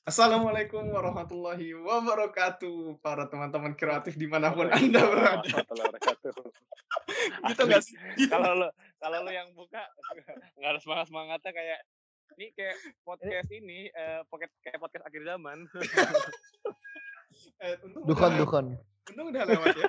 Assalamualaikum warahmatullahi wabarakatuh, para teman-teman kreatif dimanapun Anda Waalaikumsalam berada. warahmatullahi wabarakatuh. Gitu Asli, nggak sih? Gitu. kalau lu kalau lu yang buka nggak ada semangat-semangatnya kayak ini kayak Ini podcast ini, kayak podcast akhir zaman. Untung Dukhan udah Dukhan. untung udah lewat ya.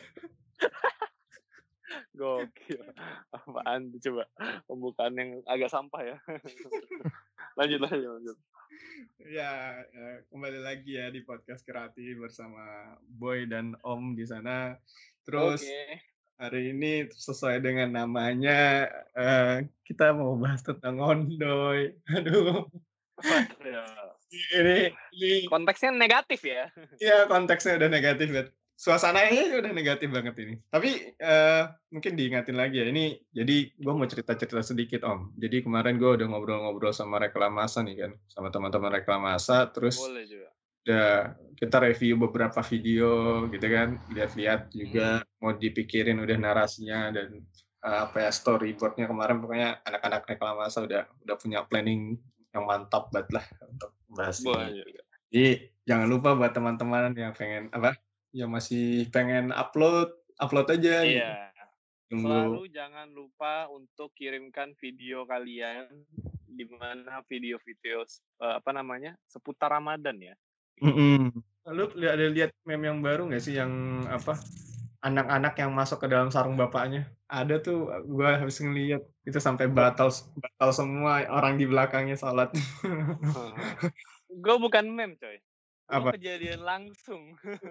Gokil. Apaan tuh coba? Pembukaan yang agak sampah ya. Lanjut. Ya, kembali lagi ya di podcast kreatif bersama Boy dan Om di sana. Terus Oke. hari ini sesuai dengan namanya, kita mau bahas tentang ngondoy. Aduh, Waduh. ini Konteksnya negatif ya? iya, konteksnya udah negatif banget. Suasananya udah negatif banget ini. Tapi, mungkin diingatin lagi ya, ini jadi gue mau cerita-cerita sedikit, Om. Jadi kemarin gue udah ngobrol-ngobrol sama Reklamasa nih kan, sama teman-teman Reklamasa, terus Boleh juga. udah kita review beberapa video gitu kan, lihat-lihat juga Mhm. mau dipikirin udah narasinya dan, apa ya, storyboard-nya kemarin pokoknya anak-anak Reklamasa udah punya planning yang mantap banget lah untuk bahas ini. Boleh juga. Jadi jangan lupa buat teman-teman yang pengen apa, yang masih pengen upload, upload aja gitu. Iya. Tunggu Selalu jangan lupa untuk kirimkan video kalian di mana video-video apa namanya, seputar Ramadan ya. mhm. Lu ada lihat meme yang baru nggak sih yang apa, anak-anak yang masuk ke dalam sarung bapaknya? Ada tuh, gua habis ngeliat, itu sampai Oh, batal batal semua orang di belakangnya salat. gue bukan meme coy, gue Apa? kejadian langsung.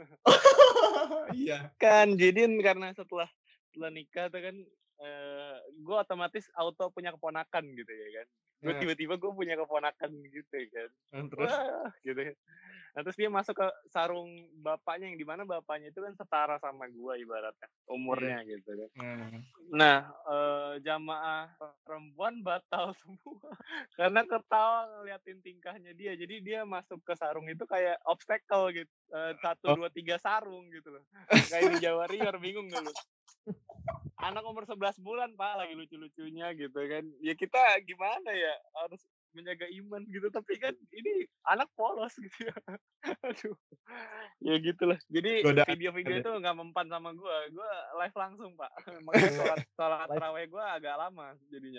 Iya. Kan jadian karena setelah nikah tuh kan, gue otomatis auto punya keponakan gitu ya kan. Gue Nah, tiba-tiba gue punya keponakan gitu ya kan. terus? Wah, gitu ya. Nah, terus dia masuk ke sarung bapaknya yang di mana bapaknya itu kan setara sama gue ibaratnya, Iya. umurnya gitu kan. Nah, Nah, jamaah perempuan batal semua karena ketawa ngeliatin tingkahnya dia. Jadi dia masuk ke sarung itu kayak obstacle gitu, 1, oh, 2, 3 sarung gitu loh. Kayak Ninja Warrior, bingung nggak lu? Anak umur 11 bulan, Pak, lagi lucu-lucunya gitu kan. Ya kita gimana ya, harus menjaga iman gitu, tapi kan ini anak polos gitu ya. Aduh, ya gitulah. Jadi godaan video-video ada. itu nggak mempan sama gua live langsung, Pak. Makanya sholat Live tarawih gua agak lama jadinya.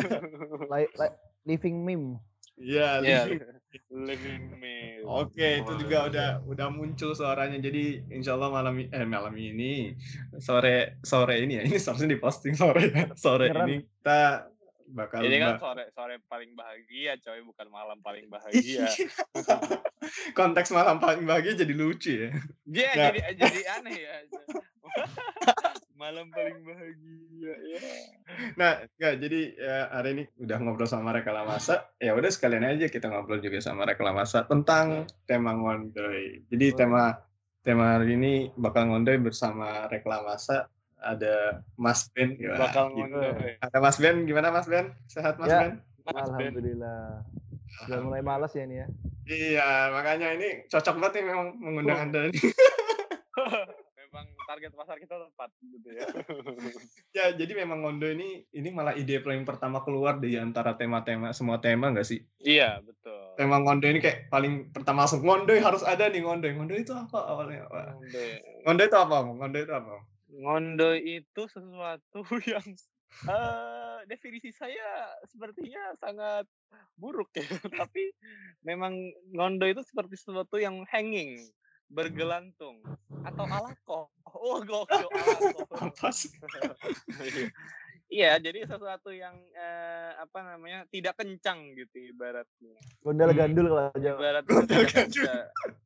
living meme. Iya, Iya, living. living me. Oke, itu juga Boleh. udah muncul suaranya. Jadi insyaallah malam ini, sore ini ya, ini seharusnya diposting sore ya. Sore Beneran. ini kita bakal Ini kan sore paling bahagia, coy, bukan malam paling bahagia. Iya. Konteks malam paling bahagia jadi lucu ya. Dia Nah, jadi aneh ya. Malam paling bahagia ya. nggak jadi, hari ini udah ngobrol sama Reklamasa, ya udah sekalian aja kita ngobrol juga sama Reklamasa tentang tema ngondoy. Jadi Boleh. tema hari ini bakal ngondoy bersama Reklamasa, ada Mas Ben, wah Bakal gitu. ngondoy. Ada Mas Ben, gimana Mas Ben? Sehat Mas Ya, Ben? Mas Ben. alhamdulillah. Sudah mulai Alhamdulillah. malas ya ini ya. Iya, makanya ini cocok banget nih memang mengundang Anda ini. Memang target pasar kita tepat gitu ya. Ya, jadi memang ngondoy ini malah ide paling pertama keluar di antara tema-tema semua tema nggak sih? Iya, betul. Tema ngondoy ini kayak paling pertama langsung, ngondoy harus ada nih ngondoy. Ngondoy itu apa awalnya? Wah, Ngondoy. ngondoy itu apa, Bang? Ngondoy itu apa? Ngondoy itu sesuatu yang definisi saya sepertinya sangat buruk ya, tapi memang ngondoy itu seperti sesuatu yang hanging, bergelantung, atau alaqah. Oh, gokil, alaqah. Apa sih? Iya, jadi sesuatu yang, apa namanya, tidak kencang gitu ibaratnya. Gondal gandul kalau Jawa. Ibaratnya Gondal tidak gandul. kencang.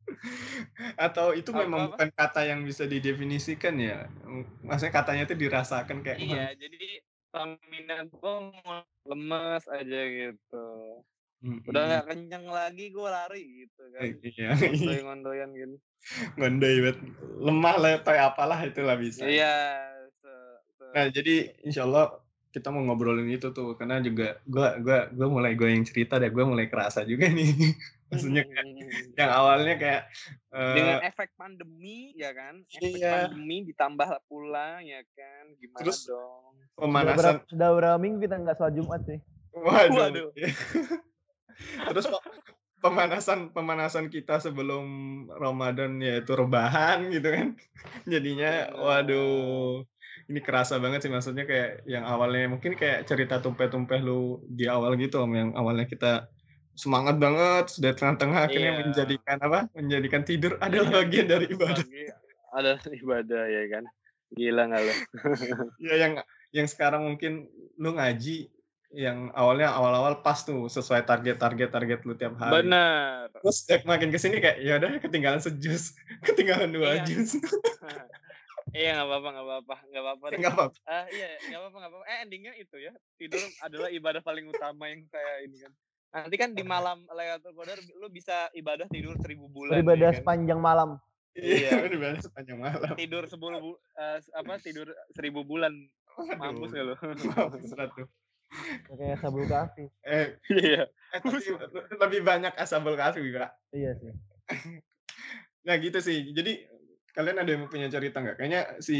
Atau itu memang Apa? bukan kata yang bisa didefinisikan ya? Maksudnya katanya itu dirasakan kayak, Iya, jadi stamina gue lemes aja gitu. Udah mhm, nggak kenceng lagi gue lari gitu kan. iya, Ngondoy-ngondoyan gitu. ngondoy banget. Lemah, letoy, apalah itulah bisa. Iya, se se Nah, jadi insyaallah kita mau ngobrolin itu tuh, karena juga gua mulai gue yang cerita deh, gua mulai kerasa juga nih. Maksudnya kayak yang awalnya kayak, dengan eee efek pandemi ya kan, efek iya, pandemi ditambah pula ya kan, gimana terus dong. pemanasan Sudah berapa minggu kita nggak sholat Jumat sih? waduh, Waduh, iya. Terus pemanasan kita sebelum Ramadan yaitu rebahan gitu kan. Jadinya Benar. waduh, ini kerasa banget sih maksudnya kayak yang awalnya mungkin kayak cerita tumpeh-tumpeh lu di awal gitu Om, yang awalnya kita semangat banget, sudah tengah-tengah akhirnya Iya, menjadikan apa, menjadikan tidur adalah bagian dari ibadah. bagi ada ibadah ya kan. Gila nggak lo? Ya yang sekarang mungkin lu ngaji, yang awalnya awal-awal pas tuh sesuai target lu tiap hari. Bener. Terus makin ke sini kayak, ya udah ketinggalan sejus, ketinggalan 2 Iya. jus. Iya nggak apa-apa deh. Nggak apa-apa. Iya nggak apa-apa. Ending-nya itu ya, tidur adalah ibadah paling utama yang saya ini kan. Nanti kan di malam Lailatul Qadar lu bisa ibadah tidur 1000 bulan ya Beribadah kan. sepanjang malam. Iya, Iya, udah bahas sepanjang malam. tidur 10 tidur 1000 bulan. Mampus Waduh, nggak lu? mampus lah tuh. Kayak Sabul Kahfi. Iya. Tapi lebih banyak Ashabul Kahfi, Kak. Iya sih. Nah gitu sih. Jadi kalian ada yang punya cerita nggak? Kayaknya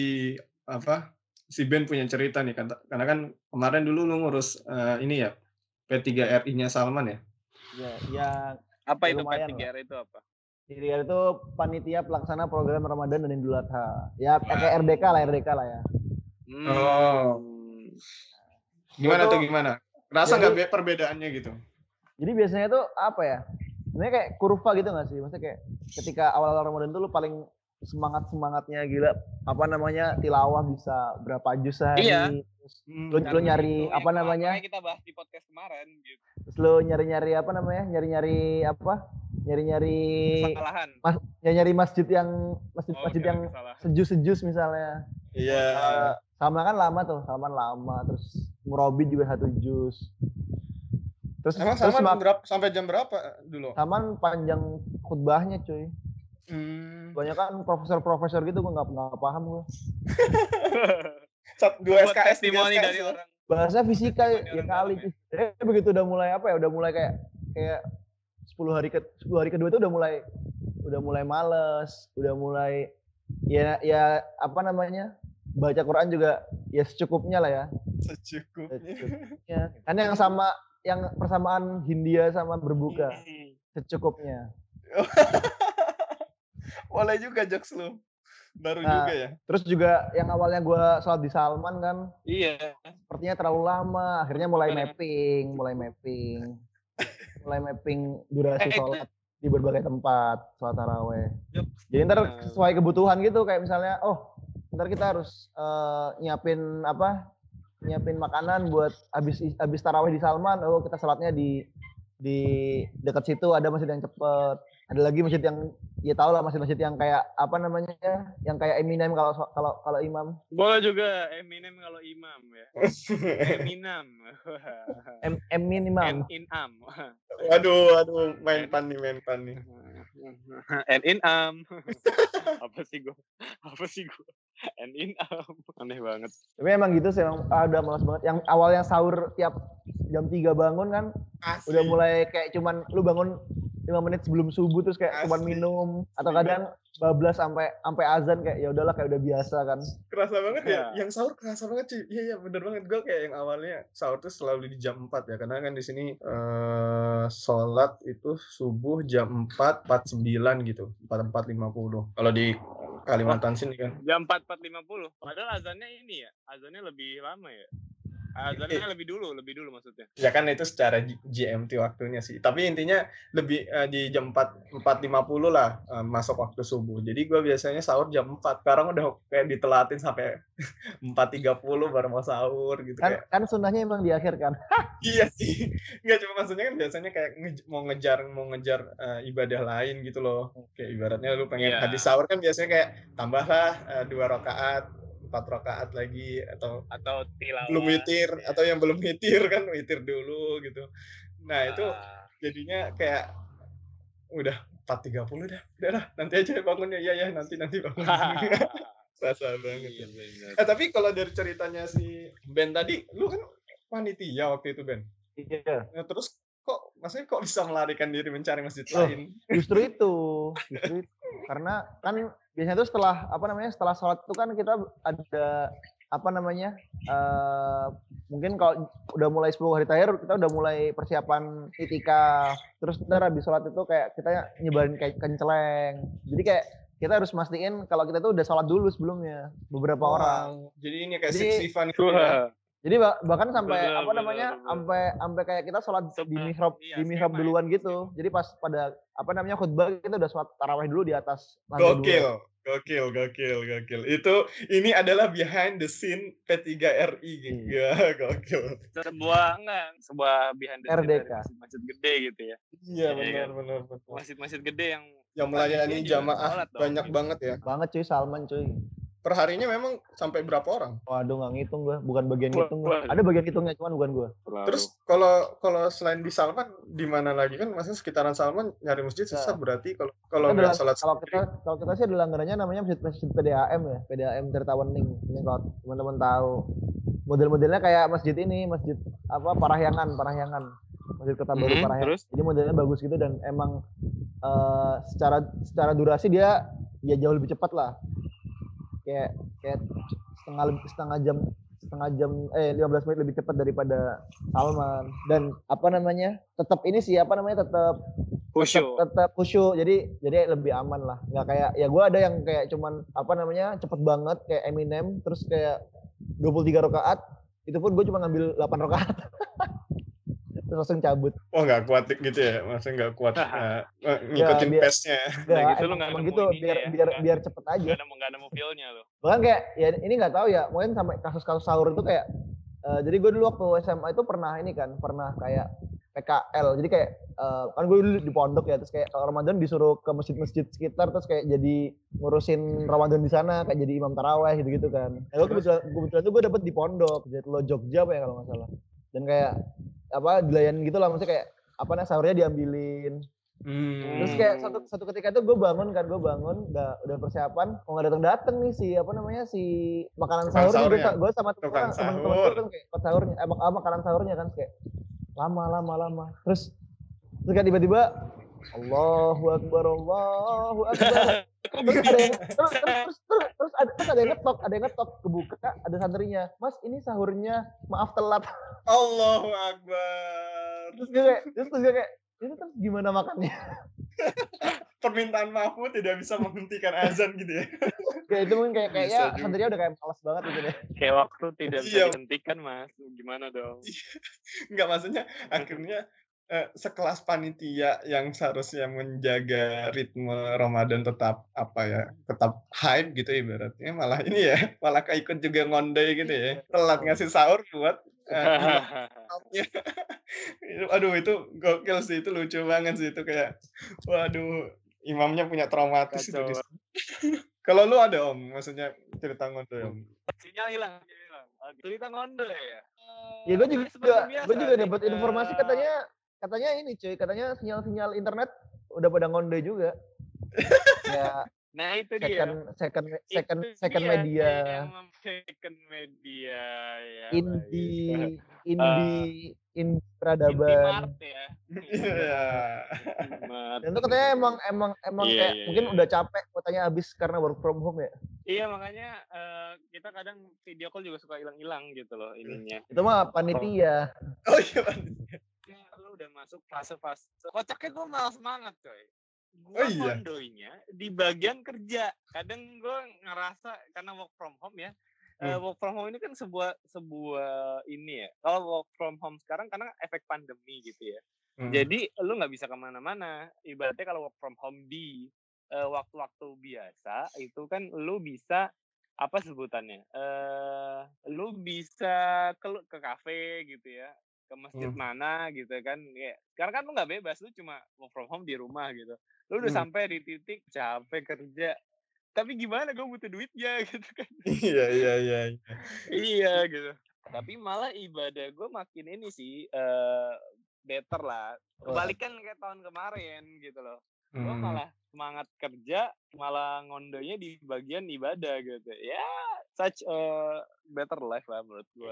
si Ben punya cerita nih karena kan kemarin dulu lu ngurus ini ya P3RI-nya Salman ya? Ya, ya Apa ya itu lumayan lah. P3R itu apa? Jadi itu panitia pelaksana program Ramadan dan Idul Adha. Ya kayak RDK lah ya. Oh, gimana Itu tuh gimana? Kerasa jadi nggak perbedaannya gitu? jadi biasanya tuh apa ya? Sebenarnya kayak kurva gitu nggak sih? Maksudnya kayak ketika awal Ramadan tuh lu paling semangatnya gila, apa namanya, tilawah bisa berapa juz Iya, sehari, terus lu karena nyari itu apa yang namanya, makanya kita bahas di podcast kemarin gitu. terus lu nyari-nyari apa namanya, nyari-nyari Kesalahan. nyari masjid yang Cari yang kesalahan. sejus misalnya. Iya. Sama kan lama tuh, Salman lama, terus Murabit juga 1 juz. Terus Emang terus Salman sampai jam berapa dulu? Salman panjang khutbahnya cuy. Banyak kan profesor gitu, gue nggak paham gue. 2 Buat SKS, 3 testimoni SKS dari ya? orang. Bahasa fisika Testimoni ya orang kali dalam sih. Begitu udah mulai apa ya, udah mulai kayak 10 hari kedua itu udah mulai males, udah mulai ya apa namanya, baca Quran juga ya secukupnya lah ya. Secukupnya. Kan yang persamaan Hindia sama berbuka secukupnya. Boleh juga jokes lu. Baru Nah, juga ya. terus juga yang awalnya gue sholat di Salman kan, Iya. sepertinya terlalu lama, akhirnya mulai mapping durasi sholat di berbagai tempat, sholat taraweh. Jadi ntar sesuai kebutuhan gitu, kayak misalnya, ntar kita harus nyiapin makanan buat habis taraweh di Salman, kita sholatnya di dekat situ ada masjid yang cepet, ada lagi masjid yang ya tau lah, masjid yang kayak apa namanya, yang kayak Eminem kalau imam. Boleh juga Eminem kalau imam ya. Eminem. Eminimam. Inam. Waduh, main pan nih. Inam. Apa sih gua? Inam. Aneh banget. Tapi emang gitu sih, emang udah malas banget. Yang awalnya sahur tiap jam 3 bangun kan, Asli. udah mulai kayak cuman lu bangun 5 menit sebelum subuh terus kayak cuman minum, atau kadang bablas sampai azan, kayak ya udahlah, kayak udah biasa kan. Kerasa banget ya, yang sahur kerasa banget cuy. Iya bener banget, gue kayak yang awalnya sahur tuh selalu di jam 4 ya, karena kan di sini sholat itu subuh jam 4.49 gitu, 4.50. Kalau di Kalimantan sini kan jam 4.50. Padahal azannya ini ya, azannya lebih lama ya. Azannya lebih dulu maksudnya. Ya kan itu secara GMT waktunya sih. Tapi intinya lebih di jam 4.50 lah masuk waktu subuh. Jadi gue biasanya sahur jam 4. Sekarang udah kayak ditelatin sampai 4.30 baru mau sahur gitu. Kan sunnahnya emang di akhir kan. Iya sih. Enggak, cuma maksudnya kan biasanya kayak mau ngejar ibadah lain gitu loh. Kayak ibaratnya lu pengen habis sahur kan biasanya kayak tambahlah 2 rakaat, 4 rakaat lagi, atau tilawah, belum witir, atau yang belum witir kan witir dulu gitu. Nah itu jadinya kayak udah 4.30 udah nanti aja bangunnya, ya nanti bangun. Rasa banget ya. Tapi kalau dari ceritanya si Ben tadi, lu kan panitia waktu itu Ben. Iya. Nah, terus maksudnya kok bisa melarikan diri mencari masjid lain? Justru itu. Karena kan biasanya tuh setelah sholat itu kan kita ada apa namanya? Mungkin kalau udah mulai 10 hari terakhir kita udah mulai persiapan itikaf. Terus ntar habis sholat itu kayak kita nyebarin kayak kenceleng. Jadi kayak kita harus mastiin kalau kita tuh udah sholat dulu sebelumnya beberapa orang. Jadi ini kayak Jadi sif-sifan gitu ya. Jadi bahkan sampai Bener, apa namanya? Sampai kayak kita sholat di mihrab duluan gitu. Jadi pas pada apa namanya khutbah kita udah sholat tarawih dulu di atas lantai 2. Gokil. Ini adalah behind the scene P3RI gitu. Gokil. Sebuah behind the scene dari RDK. masjid gede gitu ya. Iya benar. Masjid gede yang melayani jamaah banyak banget ya. Banget cuy, Salman cuy. Perharinya memang sampai berapa orang? Waduh, nggak ngitung gue, bukan bagian ngitung gue. Ada bagian hitungnya, cuman bukan gue. Terus kalau selain di Salman, di mana lagi kan? Maksudnya sekitaran Salman nyari masjid susah berarti kalau nggak sholat. Kalau kita sih ada langganannya namanya masjid PDAM ya, PDAM Tirtawening. Ini kalau teman-teman tahu. Model-modelnya kayak masjid ini, masjid apa Parahyangan. Masjid Kota Baru Parahyangan. Jadi modelnya bagus gitu dan emang secara durasi dia jauh lebih cepat lah. Kayak setengah jam 15 menit lebih cepat daripada Salman. Dan apa namanya? Tetap khusyuk. Jadi lebih aman lah. Nggak kayak ya gue ada yang kayak cuman apa namanya? Cepet banget kayak Eminem terus kayak 23 rakaat. Itu pun gue cuma ngambil 8 rakaat. Terus langsung cabut. Oh nggak kuat gitu ya? Maksudnya nggak kuat ngikutin pace-nya. Nggak, emang gitu biar cepet aja. Nggak nemu feel-nya loh. Bahkan kayak ya ini nggak tahu ya, mungkin sampai kasus-kasus sahur itu kayak jadi gue dulu waktu SMA itu pernah kayak PKL. Jadi kayak kan gue dulu di pondok ya, terus kayak kalau Ramadan disuruh ke masjid-masjid sekitar terus kayak jadi ngurusin Ramadan di sana, kayak jadi imam taraweh gitu kan. Nah, kebetulan tuh gue dapet di pondok, Jatiluhur Jogja apa ya kalau nggak salah. Dan kayak apa dilayan gitu lah, maksudnya kayak apa sahurnya diambilin. Terus kayak satu ketika itu gue bangun udah persiapan mau nggak datang nih si makanan sahur gue sama teman-teman kan kayak sahurnya makanan sahurnya kan kayak lama terus kayak tiba-tiba Allahu Akbar terus ada yang ngetok kebuka, ada santrinya, Mas ini sahurnya maaf telat. Allahu Akbar. Terus gue kayak itu kan gimana makannya? Permintaan maafmu tidak bisa menghentikan azan gitu ya? Kayak itu mungkin kayaknya santrinya udah kayak malas banget gitu deh. Kayak waktu tidak bisa dihentikan mas, gimana dong? Enggak, maksudnya akhirnya sekelas panitia yang seharusnya menjaga ritme Ramadan tetap hype gitu ibaratnya, malah keikut juga ngondoi gitu ya, telat ngasih sahur buat aduh itu gokil sih, itu lucu banget sih, itu kayak waduh imamnya punya traumatis itu. Kalau lu ada Om, maksudnya cerita ngondoi Om? Sinyal hilang. Cerita ngondoi ya? Ya gue juga dapat informasi katanya ini cuy, katanya sinyal internet udah pada ngondoi juga. Ya, nah itu dia. Second media. Second media ya. Indie peradaban. Ya. Dan itu katanya emang kayak mungkin udah capek kuotanya habis karena work from home ya. Iya makanya kita kadang video call juga suka hilang gitu loh ininya. Itu mah panitia. Oh iya panitia. Ya, lu udah masuk fase-fase. Kocaknya gue malas banget coy. Gue kondoinya di bagian kerja. Kadang gue ngerasa karena work from home ya. Work from home ini kan sebuah ini ya. Kalau work from home sekarang karena efek pandemi gitu ya. Jadi lu nggak bisa kemana-mana. Ibaratnya kalau work from home di waktu-waktu biasa itu kan lu bisa apa sebutannya? Lu bisa ke kafe gitu ya. Ke masjid mana gitu kan ya. Sekarang kan lu nggak bebas, lu cuma work from home di rumah gitu. Lu udah sampai di titik capek kerja, tapi gimana gue butuh duitnya gitu kan. Iya gitu. Tapi malah ibadah gue makin ini sih better lah, kebalikan kayak tahun kemarin gitu loh. Gue malah semangat kerja, malah ngondonya di bagian ibadah gitu ya. Such a better life lah menurut gue.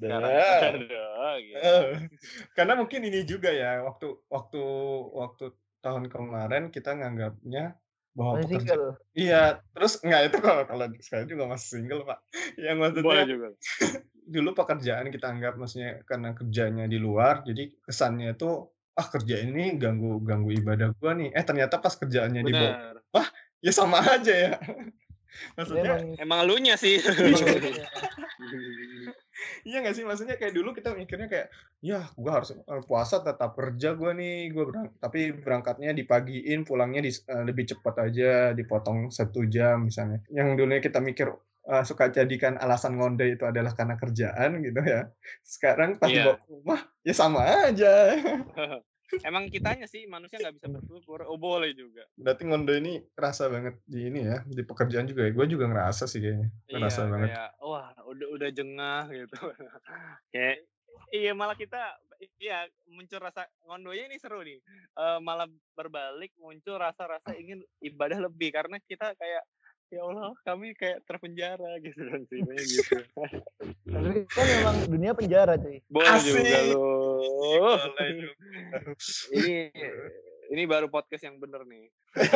Gitu. Karena mungkin ini juga ya waktu tahun kemarin kita nganggapnya bawa Masih pekerja single. iya, terus enggak itu kalau saya juga masih single, Pak. Yang maksudnya Boleh juga. dulu pekerjaan kita anggap maksudnya karena kerjanya di luar, jadi kesannya itu, "Ah, kerja ini ganggu ganggu ibadah gua nih." Ternyata pas kerjaannya dibawa Bener. wah, ya sama aja ya. Ini Maksudnya emang Emang elunya sih. emang elunya. iya nggak sih? Maksudnya kayak dulu kita mikirnya kayak, "Yah, gua harus, puasa tetap kerja gua nih, tapi berangkatnya dipagiin, pulangnya lebih cepat aja, dipotong 1 jam," misalnya. Yang dulunya kita mikir, suka jadikan alasan ngonde itu adalah karena kerjaan gitu ya. Sekarang pas dibawa Iya. ke rumah, ya sama aja. Emang kitanya sih manusia nggak bisa bersyukur. Oh, boleh juga. Berarti ngonde ini kerasa banget di ini ya, di pekerjaan juga ya? Gua juga ngerasa sih kayaknya, Iya, ngerasa banget. kayak wah udah jengah gitu. Kayak iya malah kita iya muncul rasa ngondonya ini seru nih. Malah berbalik muncul rasa-rasa ingin ibadah lebih karena kita kayak ya Allah kami kayak terpenjara gitu kan sih kayak gitu. Tapi kan memang dunia penjara, cuy. Boleh juga Asik! loh. Boleh juga. Ini ini baru podcast yang bener nih.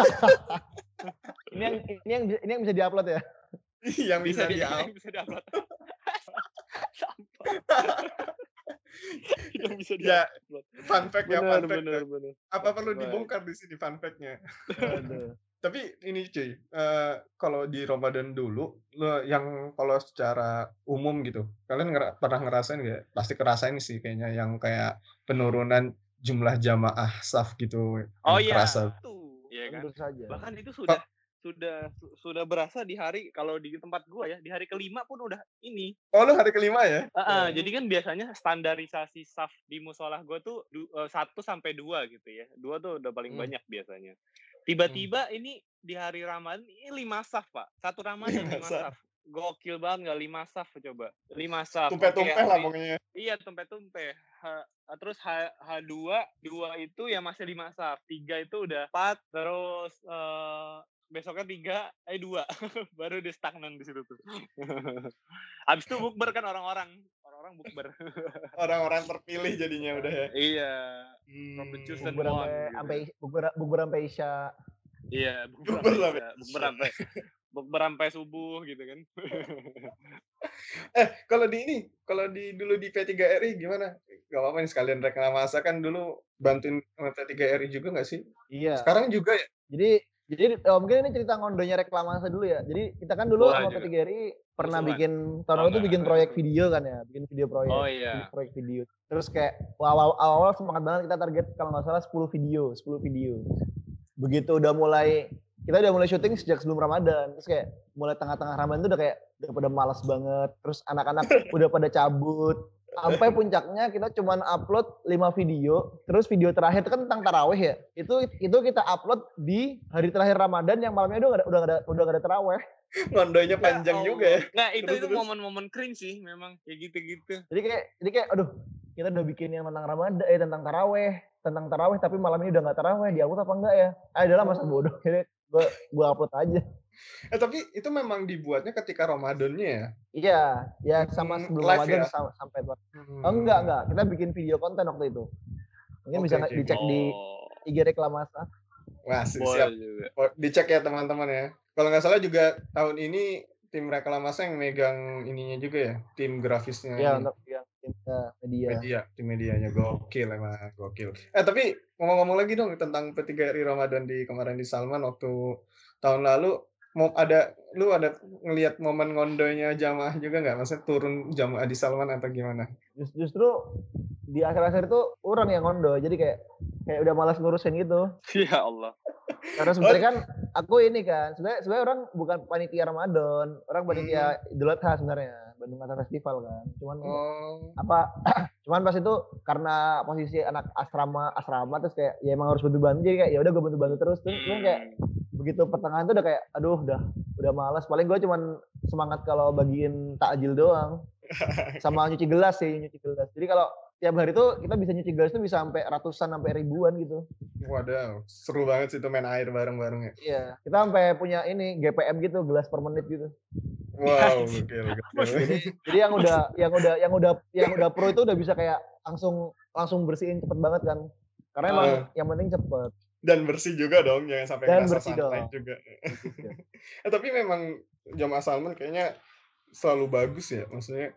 Ini yang bisa diupload ya. Yang bisa Bisa diupload. Sampah. Yang bisa Ya, diupload. fun fact ya, fun fact ya. Bener. Apa perlu Baik. dibongkar di sini fun fact-nya? Waduh. Tapi ini cuy, kalau di Ramadan dulu, yang kalau secara umum gitu, kalian pernah ngerasain nggak? Pasti ngerasain sih kayaknya yang kayak penurunan jumlah jamaah shaf gitu, Oh yang iya, kerasa. tuh, iya kan. Tentu saja. Bahkan itu Kok sudah berasa di hari kalau di tempat gua ya, di hari kelima pun udah ini. oh lu hari kelima ya? Jadi kan biasanya standarisasi shaf di musholah gua tuh 1 sampai 2 gitu ya. 2 tuh udah paling Hmm. banyak biasanya. Tiba-tiba ini di hari Ramadan ini 5 shaf, Pak. 1 Ramadan 5 Masa? shaf. Gokil banget nggak 5 shaf coba? 5 shaf. Oke, Tumpeh-tumpeh lah hari pokoknya. iya tumpeh-tumpeh. Terus H2 itu ya masih 5 shaf. 3 itu udah 4 terus besoknya 2 baru dia stagnan di situ tuh. Habis itu bukber kan orang-orang bukber. Orang-orang terpilih jadinya udah ya. Iya. From the chosen Bukber one. Gitu. bukber sampai Isya. Iya, Bukber bukber sampai subuh gitu kan. Kalau dulu di P3RI gimana? Gak apa-apa nih sekalian reklamasi kan dulu bantuin P3RI juga nggak sih? Iya. Sekarang juga ya? Jadi mungkin ini cerita ngondonya reklamasi dulu ya. Jadi kita kan dulu Boleh sama juga. P3RI pernah Musuhan. bikin tahun lalu tuh bikin proyek video kan ya, bikin video proyek. Oh iya. Bikin proyek video. Terus kayak awal semangat banget kita target kalau nggak salah 10 video. Begitu kita udah mulai syuting sejak sebelum Ramadan. Terus kayak mulai tengah-tengah Ramadan tuh udah pada malas banget. Terus anak-anak udah pada cabut. Sampai puncaknya kita cuman upload 5 video. Terus video terakhir itu kan tentang tarawih ya. Itu kita upload di hari terakhir Ramadan yang malamnya udah gak ada tarawih. Ngondonya panjang juga ya. Nah, itu Terus. momen-momen cringe sih memang kayak gitu-gitu. Jadi kayak aduh, kita udah bikin yang tentang Ramadan tentang tarawih tapi malamnya udah gak tarawih, di upload apa enggak ya? Adalah masa bodoh. Jadi gue upload aja. Tapi itu memang dibuatnya ketika Ramadannya ya? Iya, ya sama sebelum live Ramadan ya? sampai enggak. Kita bikin video konten waktu itu. Mungkin bisa dicek di IG reklamasi. Wah, siap. Juga. Dicek ya teman-teman ya. Kalau nggak salah juga tahun ini tim reklamasi yang megang ininya juga ya, tim grafisnya. Iya, untuk yang tim medianya gokil emang, gokil. Tapi ngomong-ngomong lagi dong tentang P3RI Ramadan kemarin di Salman waktu tahun lalu, lu ada ngelihat momen ngondonya jamaah juga nggak? Maksudnya turun jamaah di Salman atau gimana? Justru di akhir-akhir itu orang yang ngondo, jadi kayak udah malas ngurusin gitu. Ya Allah. Karena sebenarnya kan aku ini kan, sebenarnya orang bukan panitia Ramadan, orang panitia Idul Adha sebenarnya, Bandung Art Festival kan. Cuman pas itu karena posisi anak asrama terus kayak ya emang harus bantu-bantu, jadi kayak ya udah gue bantu-bantu terus kayak begitu pertengahan tuh udah kayak aduh udah malas. Paling gue cuman semangat kalau bagiin takjil doang. Sama nyuci gelas. Jadi kalau tiap hari tuh kita bisa nyuci gelas tuh bisa sampai ratusan sampai ribuan gitu. Waduh, seru banget sih itu main air bareng-bareng ya. Iya, kita sampai punya ini GPM gitu, gelas per menit gitu. Wow, gokil. Jadi yang udah pro itu udah bisa kayak langsung bersihin cepet banget kan. Karena emang yang penting cepet. Dan bersih juga dong, jangan sampai Dan ngerasa bersih sunlight dong. juga. Begitu. Tapi memang Jamaah Salman kayaknya selalu bagus ya, maksudnya,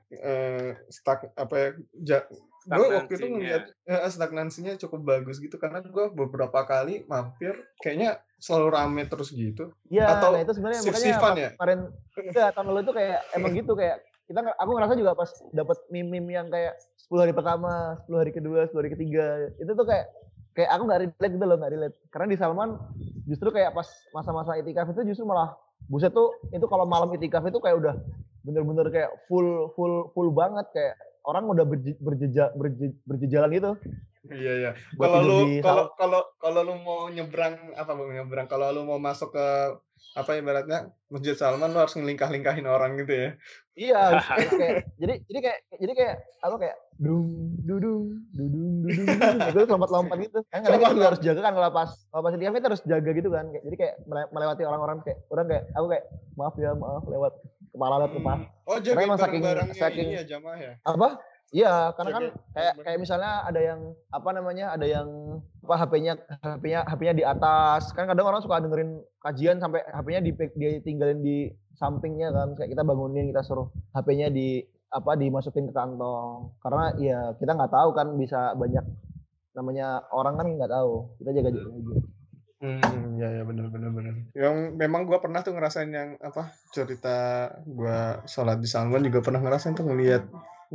apa ya, gue waktu itu Stagnansinya. ngelihat stagnansinya cukup bagus gitu, karena gue beberapa kali mampir, kayaknya selalu rame terus gitu, Iya, nah atau itu sebenarnya makanya shift-shift-an ya? kemarin enggak, tahun lalu itu kayak emang gitu, kayak aku ngerasa juga pas dapet meme-meme yang kayak 10 hari pertama, 10 hari kedua, 10 hari ketiga, itu tuh kayak aku nggak relate gitu loh, nggak relate. Karena di Salman justru kayak pas masa-masa itikaf itu justru malah buset tuh itu kalau malam itikaf itu kayak udah bener-bener kayak full banget, kayak orang udah berjejalan gitu Iya iya. buat tidur di Salman. Kalau lu mau nyebrang apa mau nyebrang, kalau lu mau masuk ke apa ibaratnya Masjid Salman lu harus ngelingkah-lingkahin orang gitu ya? Iya, harus kayak jadi kayak apa kayak dudung itu lompat-lompat gitu. Kan kadang kita juga harus jaga kan kalau pas itikaf kita harus jaga gitu kan. Jadi kayak melewati orang-orang kayak orang kayak aku kayak maaf lewat kepala ke paha. Oh, Karena jagain emang barang-barangnya saking ini ya jamaah ya? apa? Iya, karena kan Jagain kayak misalnya ada yang apa namanya, ada yang apa HP-nya di atas. Kan kadang orang suka dengerin kajian sampai HP-nya ditinggalin di sampingnya kan. Kayak kita bangunin, kita suruh HP-nya dimasukin ke kantong. Karena ya kita nggak tahu kan, bisa banyak namanya orang kan nggak tahu. Kita jaga-jaga aja. Ya benar. Yang memang gue pernah tuh ngerasain yang apa cerita gue sholat di Salman juga pernah ngerasain tuh ngelihat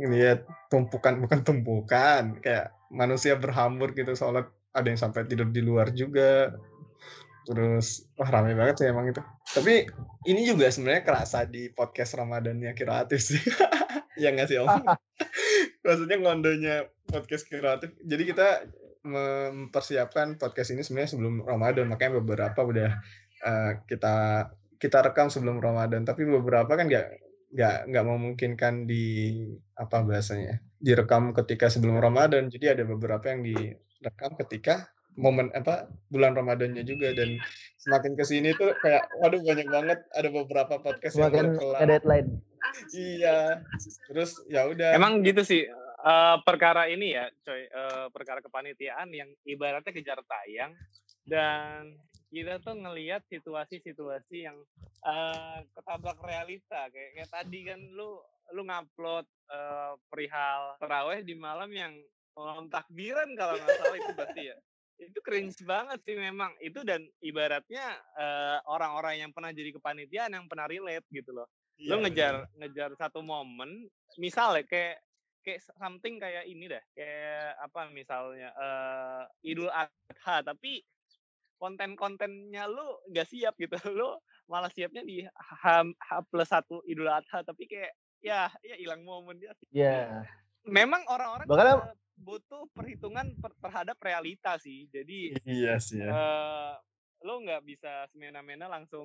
bukan tumpukan kayak manusia berhamur gitu sholat, ada yang sampai tidur di luar juga, terus wah ramai banget sih emang itu. Tapi ini juga sebenarnya kerasa di podcast Ramadannya Kreatif sih. Ya nggak sih Om? Maksudnya ngondonya podcast Kreatif. Jadi kita mempersiapkan podcast ini sebenarnya sebelum Ramadan, makanya beberapa udah kita rekam sebelum Ramadan, tapi beberapa kan nggak memungkinkan apa bahasanya direkam ketika sebelum Ramadan, jadi ada beberapa yang direkam ketika momen bulan Ramadannya juga, dan semakin kesini tuh kayak waduh banyak banget, ada beberapa podcast yang Semakin kelar. deadline. Iya, terus ya udah. Emang gitu sih, perkara ini ya, coy, perkara kepanitiaan yang ibaratnya kejar tayang, dan kita tuh ngelihat situasi-situasi yang ketabrak realita, kayak tadi kan lu ngupload perihal tarawih di malam yang malam takbiran kalau nggak salah itu berarti ya. Itu cringe banget sih memang itu, dan ibaratnya orang-orang yang pernah jadi kepanitiaan yang pernah relate gitu loh. Lo ngejar satu momen, misalnya kayak something kayak ini dah, kayak apa misalnya Idul Adha, tapi kontennya lu nggak siap gitu. Lu malah siapnya di H+1 Idul Adha, tapi kayak ya hilang momennya sih. Iya. Memang orang-orang Bahkan butuh perhitungan terhadap realita sih. Jadi iya sih ya. lo nggak bisa semena-mena langsung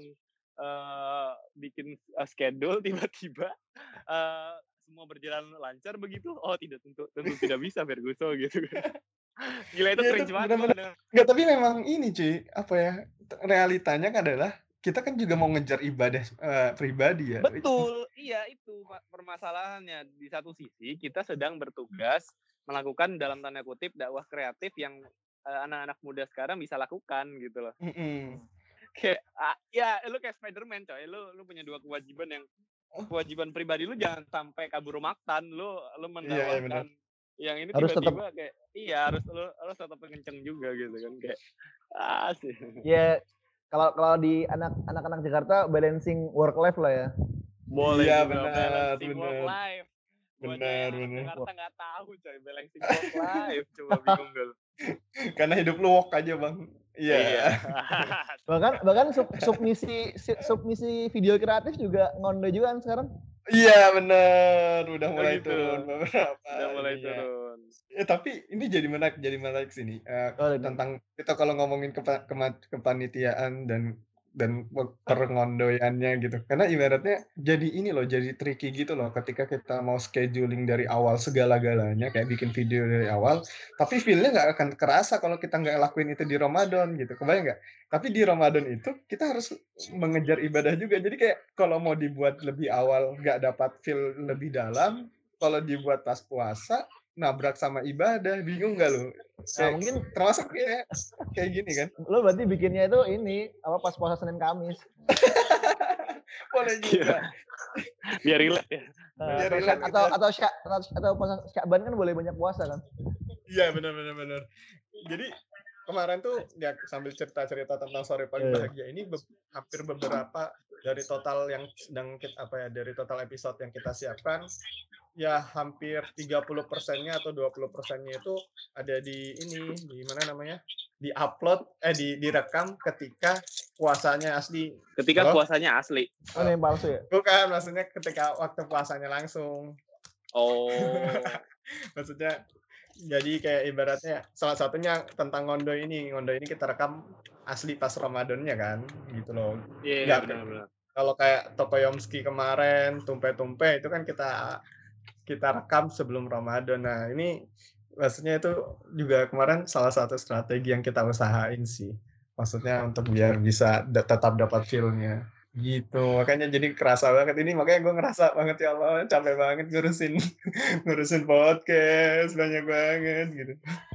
bikin schedule tiba-tiba semua berjalan lancar begitu. Oh tentu tidak bisa Ferguson gitu kan. Gila itu cringe banget. Enggak, tapi memang ini cuy, apa ya, realitanya adalah kita kan juga mau ngejar ibadah pribadi ya. Betul, iya itu permasalahannya. Di satu sisi kita sedang bertugas melakukan dalam tanda kutip dakwah kreatif yang anak-anak muda sekarang bisa lakukan gitu loh. Kayak ya lu kayak Spider-Man coy, lu punya dua kewajiban, yang kewajiban pribadi lu jangan sampai kabur makan, lu mendakwahkan. Yang ini harus tiba-tiba kayak harus tetap kenceng juga gitu kan, kayak sih. Ya kalau di anak-anak Jakarta balancing work life lah ya. Boleh iya, juga benar, balancing work life. Benar. Jakarta nggak tahu coy balancing work life, coba bingung gak lu? Karena hidup lu work aja bang. Iya. bahkan submisi video kreatif juga ngondo juga kan sekarang. Iya benar, udah mulai gitu. turun beberapa. Udah mulai turun. Tapi ini jadi menarik sini tentang kita kalau ngomongin kepanitiaan dan perengondoyannya gitu. Karena ibaratnya jadi ini loh, jadi tricky gitu loh ketika kita mau scheduling dari awal segala-galanya, kayak bikin video dari awal, tapi feel-nya nggak akan kerasa kalau kita nggak lakuin itu di Ramadan gitu. Kebayang nggak? Tapi di Ramadan itu kita harus mengejar ibadah juga. Jadi kayak kalau mau dibuat lebih awal nggak dapat feel lebih dalam, kalau dibuat pas puasa nabrak sama ibadah, bingung nggak lu? Nah, mungkin termasuk kayak gini kan? lo berarti bikinnya itu ini pas puasa Senin Kamis. Boleh juga. Biar relate ya. Atau puasa Syakban kan boleh banyak puasa kan? Iya benar. Jadi kemarin tuh ya sambil cerita tentang sore pagi bahagia ini hampir beberapa dari total yang sedang dari total episode yang kita siapkan ya hampir 30%-nya atau 20%-nya itu ada di mana namanya? Di-upload direkam ketika puasanya asli. Puasanya asli. Oh, yang palsu ya? Bukan, maksudnya ketika waktu puasanya langsung. Oh. Maksudnya jadi kayak ibaratnya salah satunya tentang Ngondo ini kita rekam asli pas Ramadannya kan gitu loh. Iya, benar. Kalau kayak Tokoyomski kemarin, Tumpe itu kan kita rekam sebelum Ramadan. Nah, ini maksudnya itu juga kemarin salah satu strategi yang kita usahain sih. Maksudnya untuk biar bisa tetap dapat feel-nya. Gitu, makanya jadi kerasa banget ini, makanya gue ngerasa banget ya Allah, capek banget ngurusin podcast, banyak banget gitu.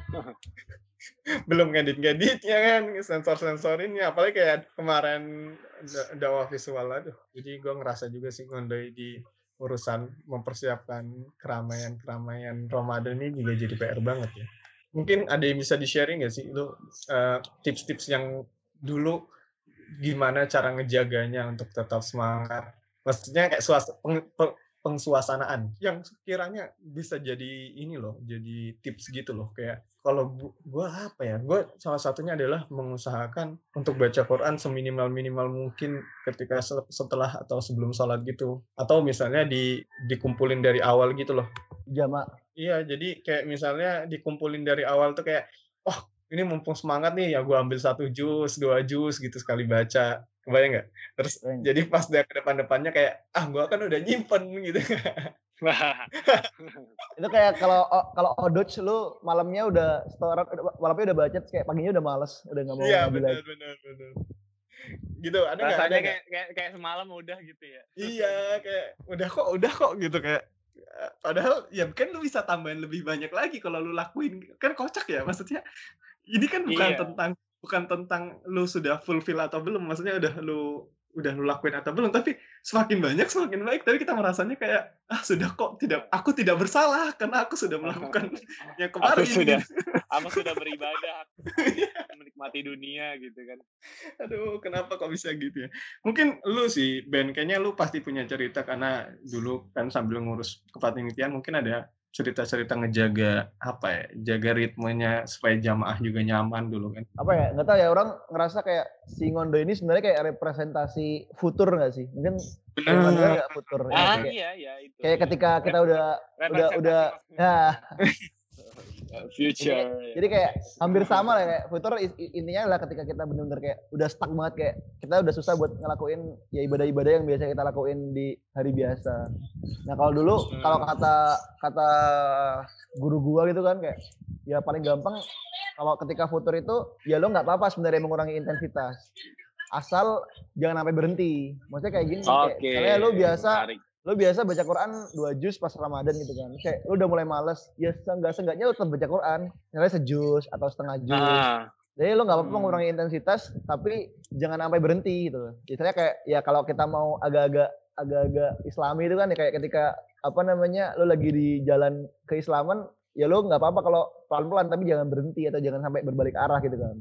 Belum ngedit-ngeditnya kan, sensor-sensorinnya, apalagi kayak kemarin dakwah visual, aduh. Jadi gue ngerasa juga sih ngondoi di urusan mempersiapkan keramaian Ramadan ini juga jadi PR banget ya. Mungkin ada yang bisa di-sharing nggak sih lu tips-tips yang dulu gimana cara ngejaganya untuk tetap semangat? Maksudnya kayak pengsuasanaan yang sekiranya bisa jadi jadi tips gitu loh. Kayak kalau gue salah satunya adalah mengusahakan untuk baca Quran seminimal mungkin ketika setelah atau sebelum sholat gitu. Atau misalnya dikumpulin dari awal gitu loh. Jamak. Iya, jadi kayak misalnya dikumpulin dari awal tuh kayak, ini mumpung semangat nih ya gue ambil 1 juz, 2 juz gitu sekali baca. Kebayang nggak? Terus jadi pas dia ke depannya kayak gue kan udah nyimpen gitu. Itu kayak kalau Odoch lu malamnya udah malamnya udah baca kayak paginya udah males, udah nggak mau. Iya benar. Gitu ada nggak? Rasanya kayak semalam udah gitu ya. Iya kayak udah kok gitu kayak. Padahal ya kan lu bisa tambahin lebih banyak lagi kalau lu lakuin, kan kocak ya maksudnya. Ini kan bukan tentang lu sudah fulfill atau belum, maksudnya udah lu lakuin atau belum, tapi semakin banyak semakin baik. Tapi kita merasanya kayak aku tidak bersalah karena aku sudah melakukan yang kemarin. Aku sudah beribadah, menikmati dunia gitu kan. Aduh, kenapa kok bisa gitu ya? Mungkin lu sih Ben, kayaknya lu pasti punya cerita karena dulu kan sambil ngurus kepanitiaan mungkin ada cerita-cerita jaga ritmenya supaya jamaah juga nyaman dulu kan. Apa ya, nggak tahu ya, orang ngerasa kayak si Ngondo ini sebenarnya kayak representasi futur nggak sih? Mungkin benar nggak futur? Iya itu. Kayak ketika kita udah future. Jadi kayak hampir sama lah kayak futur intinya adalah ketika kita benar-benar kayak udah stuck banget, kayak kita udah susah buat ngelakuin ya ibadah-ibadah yang biasa kita lakuin di hari biasa. Nah kalau dulu kalau kata guru gua gitu kan kayak ya paling gampang kalau ketika futur itu ya lo nggak apa-apa sebenarnya mengurangi intensitas asal jangan sampai berhenti. Maksudnya kayak gini kayak lo biasa baca Quran 2 juz pas Ramadan gitu kan. Kayak lo udah mulai males, ya seenggaknya lo tetap baca Quran. Misalnya sejuz atau setengah juz. Jadi lo nggak apa-apa mengurangi intensitas, tapi jangan sampai berhenti gitu. Misalnya kayak ya kalau kita mau agak-agak Islami itu kan ya kayak ketika lo lagi di jalan keislaman, ya lo nggak apa-apa kalau pelan-pelan tapi jangan berhenti atau jangan sampai berbalik arah gitu kan.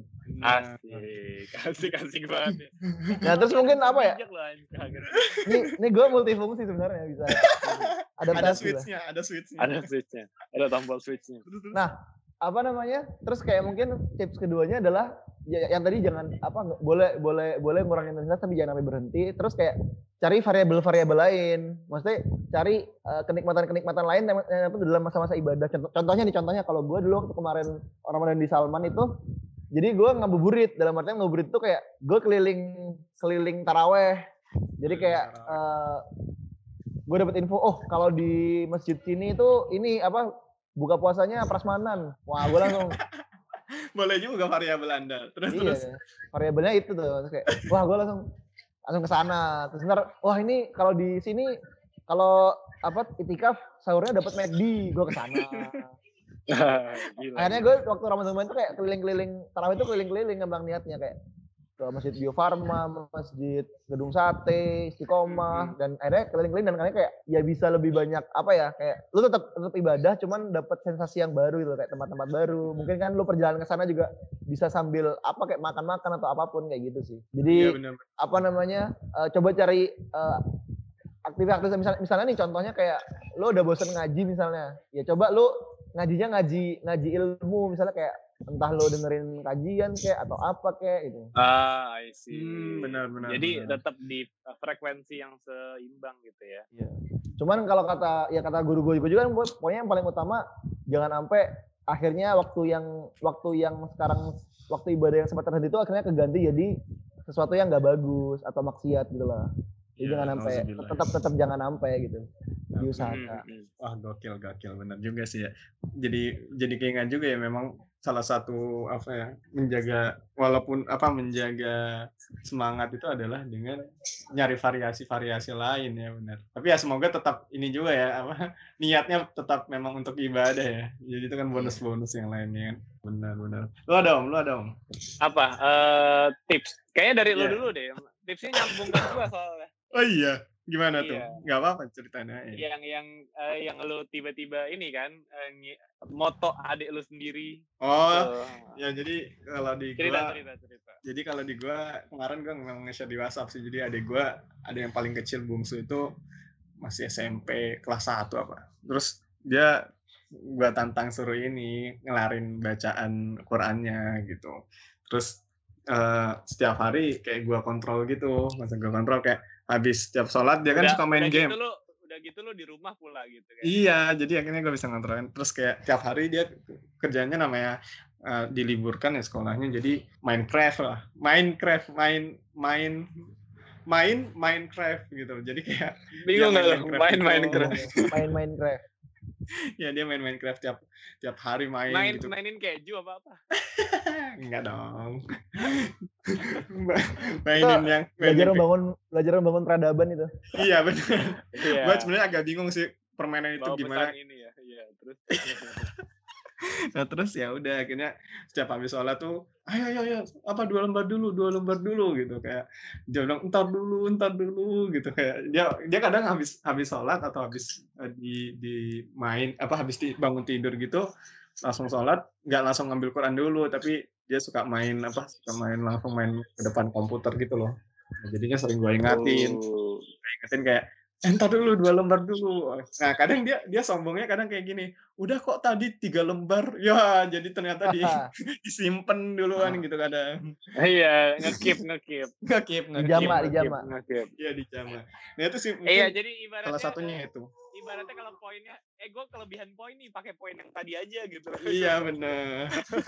Asik banget. Nah terus mungkin apa ya? Ini gue multifungsi sebenarnya bisa. Ada switch-nya. Ada tombol switch-nya. Nah terus kayak mungkin tips keduanya adalah yang tadi jangan boleh ngurangin intensitas tapi jangan sampai berhenti. Terus kayak cari variabel lain, maksudnya cari kenikmatan lain dalam masa-masa ibadah. Contohnya kalau gue dulu waktu kemarin Ramadan di Salman itu, jadi gue ngabuburit. Dalam artian ngabuburit itu kayak gue keliling taraweh. Jadi kayak gue dapet info, kalau di masjid sini itu ini buka puasanya prasmanan. Wah, gue langsung boleh juga variabel Anda. Terus variabelnya itu tuh. Terus kayak, wah, gue langsung ke sana. Terus ntar, wah ini kalau di sini kalau itikaf sahurnya dapat McD, gue ke sana. Gila. Akhirnya gue waktu Ramadan kemarin tuh kayak keliling-keliling, tarawih itu keliling-keliling emang niatnya kayak ke Masjid Bio Farma, Masjid Gedung Sate, Istiqomah, dan akhirnya keliling-keliling dan kalian kayak ya bisa lebih banyak apa ya, kayak lu tetap ibadah cuman dapat sensasi yang baru gitu, kayak tempat-tempat baru. Mungkin kan lu perjalanan ke sana juga bisa sambil apa kayak makan-makan atau apapun kayak gitu sih. Jadi Iya benar. apa namanya? Coba cari aktivitas misalnya nih contohnya kayak lu udah bosen ngaji misalnya. Ya coba lu ngajinya ngaji ilmu misalnya kayak entah lo dengerin kajian kayak atau apa kayak gitu. I see. Benar. Jadi tetap di frekuensi yang seimbang gitu ya. Iya. Cuman kalau kata guru gue juga kan pokoknya yang paling utama jangan sampai akhirnya waktu yang sekarang waktu ibadah yang sempat terhenti itu akhirnya keganti jadi sesuatu yang nggak bagus atau maksiat gitu lah. Jadi jangan sampai tetap jangan sampai gitu. Diusahakan. Wah gokil benar juga sih ya. Jadi keingat juga ya memang salah satu apa ya menjaga semangat itu adalah dengan nyari variasi lain ya benar. Tapi ya semoga tetap ini juga ya niatnya tetap memang untuk ibadah ya. Jadi itu kan bonus yang lainnya kan. Benar. Lu ada om? Apa? Tips. Kayaknya dari lu dulu deh. Tipsnya nyambung ke gua soalnya. Oh iya. Gimana tuh? Gak apa-apa ceritanya. Yang lu tiba-tiba ini kan moto adik lu sendiri. Oh, ya jadi kalau di cerita. Jadi kalau di gua kemarin gua memang nge-share di WhatsApp sih. Jadi adik gua ada yang paling kecil bungsu itu masih SMP kelas 1 apa. Terus dia gua tantang suruh ini ngelarin bacaan Qur'annya gitu. Terus setiap hari kayak gua kontrol gitu, kayak habis setiap sholat dia kan suka main game. Udah gitu lo di rumah pula gitu kan. Iya, jadi akhirnya gue bisa ngontrolin. Terus kayak tiap hari dia kerjanya namanya diliburkan ya sekolahnya, jadi Minecraft gitu. Jadi kayak bingung nggak main Minecraft. Ya dia main Minecraft tiap hari main gitu. Mainin keju apa? Enggak dong. Mainin yang belajar membangun peradaban itu. Iya benar. Gue sebenarnya agak bingung sih permainan itu gimana. Ini ya. Iya, terus. Nah terus ya udah akhirnya setiap habis sholat tuh ayo apa 2 lembar dulu gitu, kayak dia bilang entar dulu gitu, kayak dia kadang habis sholat atau habis di main habis bangun tidur gitu langsung sholat, nggak langsung ngambil Quran dulu, tapi dia suka main langsung main ke depan komputer gitu loh. Nah, jadinya sering gue ingatin kayak entar dulu 2 lembar dulu. Nah kadang dia sombongnya kadang kayak gini, udah kok tadi 3 lembar ya, jadi ternyata disimpen duluan gitu kadang. Iya, ngekip. Dijamak. Iya dijamak. Nah itu sih jadi ibaratnya salah satunya itu. Ibaratnya kalau poinnya, gue kelebihan poin nih, pakai poin yang tadi aja gitu. Iya benar.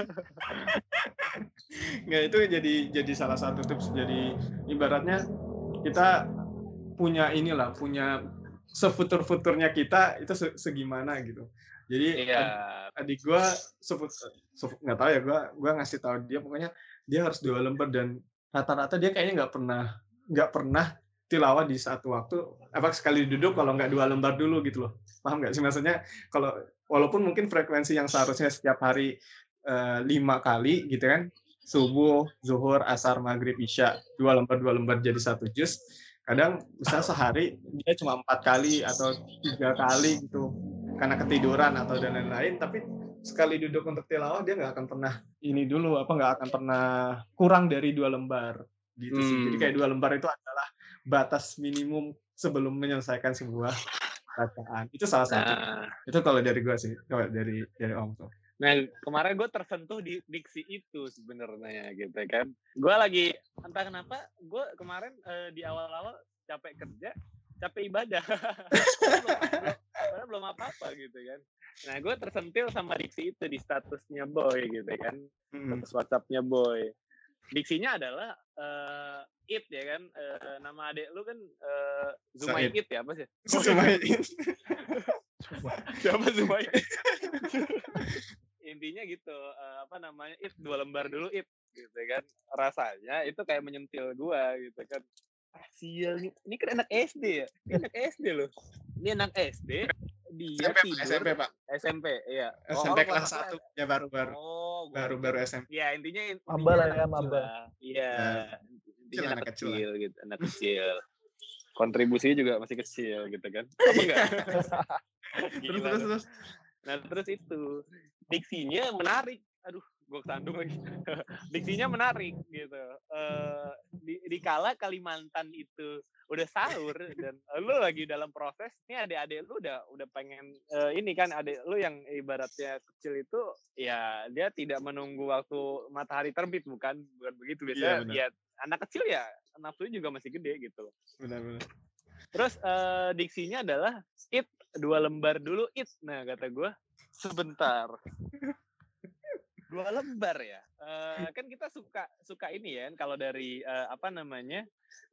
Nggak, itu jadi salah satu tips. Jadi ibaratnya kita punya sefutur-futurnya kita itu segimana gitu. Jadi adik gue nggak tahu ya, gue ngasih tahu dia pokoknya dia harus 2 lembar, dan rata-rata dia kayaknya nggak pernah tilawah di satu waktu sekali duduk kalau nggak 2 lembar dulu gitu loh. Paham nggak sih maksudnya? Kalau walaupun mungkin frekuensi yang seharusnya setiap hari 5 kali gitu kan, subuh, zuhur, asar, maghrib, isya, 2 lembar jadi 1 juz. Kadang misalnya sehari dia cuma 4 kali atau 3 kali gitu karena ketiduran atau dan lain-lain, tapi sekali duduk untuk tilawah dia nggak akan pernah nggak akan pernah kurang dari 2 lembar gitu sih. Jadi kayak 2 lembar itu adalah batas minimum sebelum menyelesaikan sebuah bacaan. Itu salah satu. Itu kalau dari gue sih, kalau dari Om tuh. Nah, kemarin gue tersentuh di diksi itu sebenarnya gitu kan. Gue lagi, entah kenapa, gue kemarin di awal-awal capek kerja, capek ibadah. belum apa-apa gitu kan. Nah, gue tersentil sama diksi itu di statusnya Boy gitu kan. Status WhatsApp-nya Boy. Diksinya adalah It ya kan. Nama adek lu kan Zumaid It ya, apa sih? Zumaid It. Siapa Zumaid? Intinya gitu, It 2 lembar dulu It gitu kan. Rasanya itu kayak menyentil gua gitu kan. Sial, ini kan anak SD ya. Ini anak SD loh. Ini anak SD dia SMP, tidur Pak. SMP, iya. SMP Kalau kelas kelas 1 ya baru-baru. Oh, gue Baru-baru pikir SMP. ya intinya Maba lah anak ya, kecil maba. lah. Iya, intinya anak anak kecil lah. kecil gitu, anak kecil. Kontribusinya juga masih kecil gitu kan. Apa enggak? Gila lu. Terus. Nah, terus itu diksinya menarik. Aduh, gue kesandung lagi. Diksinya menarik gitu. Di kala Kalimantan itu udah sahur dan lu lagi dalam proses, ini adik-adik lu udah pengen ini kan adik lu yang ibaratnya kecil itu ya dia tidak menunggu waktu matahari terbit bukan begitu biasanya. Iya, Ya anak kecil ya nafsunya juga masih gede gitu loh. Benar. Terus diksinya adalah it 2 lembar dulu it. Nah kata gue sebentar. 2 lembar ya. Kan kita suka ini ya kalau dari apa namanya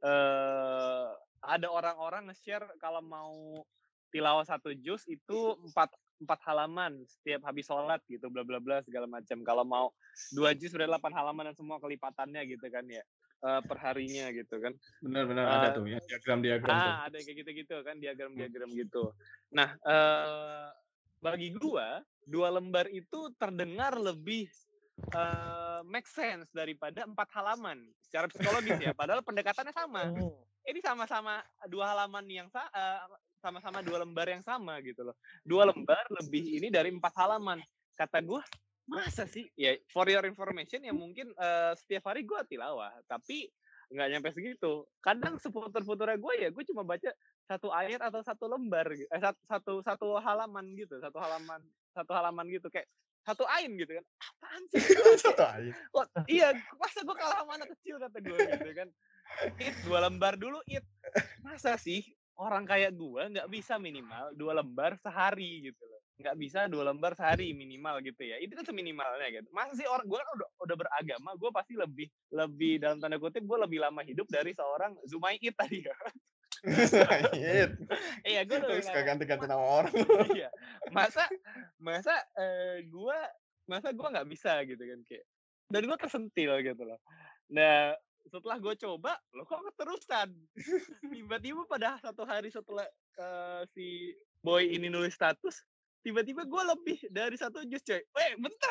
ada orang-orang nge-share kalau mau tilawah 1 juz itu 4 halaman setiap habis sholat gitu bla bla bla segala macam. Kalau mau 2 juz udah 8 halaman dan semua kelipatannya gitu kan ya. Perharinya gitu kan. Benar ada tuh ya diagram tuh. Ada kayak gitu kan diagram gitu. Nah, bagi gua 2 lembar itu terdengar lebih make sense daripada 4 halaman secara psikologis ya. Padahal pendekatannya sama. Ini sama-sama 2 halaman yang sama-sama 2 lembar yang sama gitu loh. 2 lembar lebih ini dari 4 halaman. Kata gua, masa sih? Ya for your information ya mungkin setiap hari gua tilawah, tapi nggak nyampe segitu. Kadang seputar-putarnya gue ya, gue cuma baca 1 ayat atau 1 lembar, satu halaman gitu, satu halaman gitu kayak 1 ain gitu kan. Apaan sih? 1 ayat. Oh, iya, masa gue kalah sama anak kecil kata gue gitu kan. It 2 lembar dulu it. Masa sih orang kayak gue nggak bisa minimal 2 lembar sehari gitu loh. Nggak bisa 2 lembar sehari minimal gitu ya. Itu kan seminimalnya gitu. Masa sih orang gue kan udah beragama, gue pasti lebih dalam tanda kutip gue lebih lama hidup dari seorang Zumaid tadi ya. Iya, gue lebih suka ganti-ganti nama orang. Iya. Masa gue nggak bisa gitu kan kayak. Dan gue tersentil gitu loh. Nah, setelah gue coba, lo kok keterusan. Tiba-tiba pada 1 hari setelah si boy ini nulis status, tiba-tiba gue lebih dari 1 juz coy. Bentar.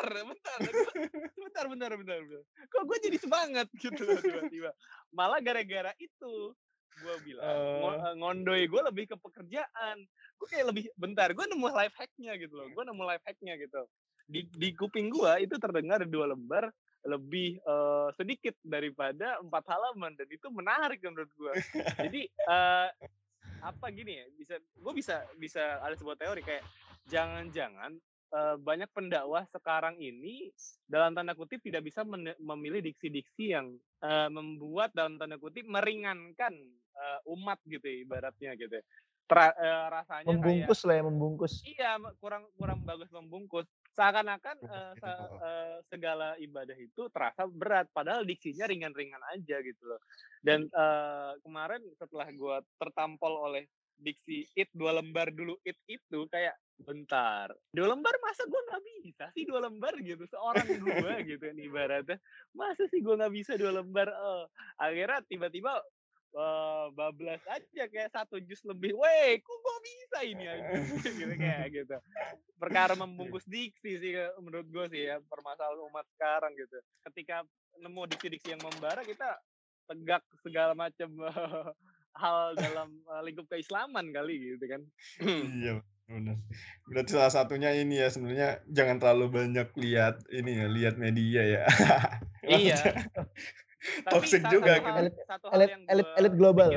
Kok gue jadi semangat gitu loh tiba-tiba. Malah gara-gara itu gue bilang ngondoy gue lebih ke pekerjaan. Gue kayak lebih bentar. Gue nemu life hacknya gitu loh. Di kuping gue itu terdengar 2 lembar lebih sedikit daripada 4 halaman dan itu menarik menurut gue. Jadi apa gini ya? Gue bisa ada sebuah teori kayak jangan-jangan banyak pendakwah sekarang ini dalam tanda kutip tidak bisa memilih diksi-diksi yang membuat dalam tanda kutip meringankan umat gitu ya, ibaratnya gitu. Rasanya membungkus kayak, lah ya, membungkus. Iya, kurang bagus membungkus. Seakan-akan segala ibadah itu terasa berat, padahal diksinya ringan-ringan aja gitu loh. Dan kemarin setelah gue tertampol oleh diksi it 2 lembar dulu it itu kayak bentar 2 lembar masa gue nggak bisa sih 2 lembar gitu seorang gue gitu kan ibaratnya masa sih gue nggak bisa 2 lembar akhirnya tiba-tiba bablas aja kayak 1 juz lebih. Weh, kok gue bisa ini aja gitu kayak gitu. Perkara membungkus diksi sih menurut gue sih ya permasalahan umat sekarang gitu. Ketika nemu diksi-diksi yang membara kita tegak segala macam hal dalam lingkup keislaman kali gitu kan. Iya, benar. Berarti salah satunya ini ya sebenarnya jangan terlalu banyak lihat media ya. Iya. Toxic juga gitu. Elit global.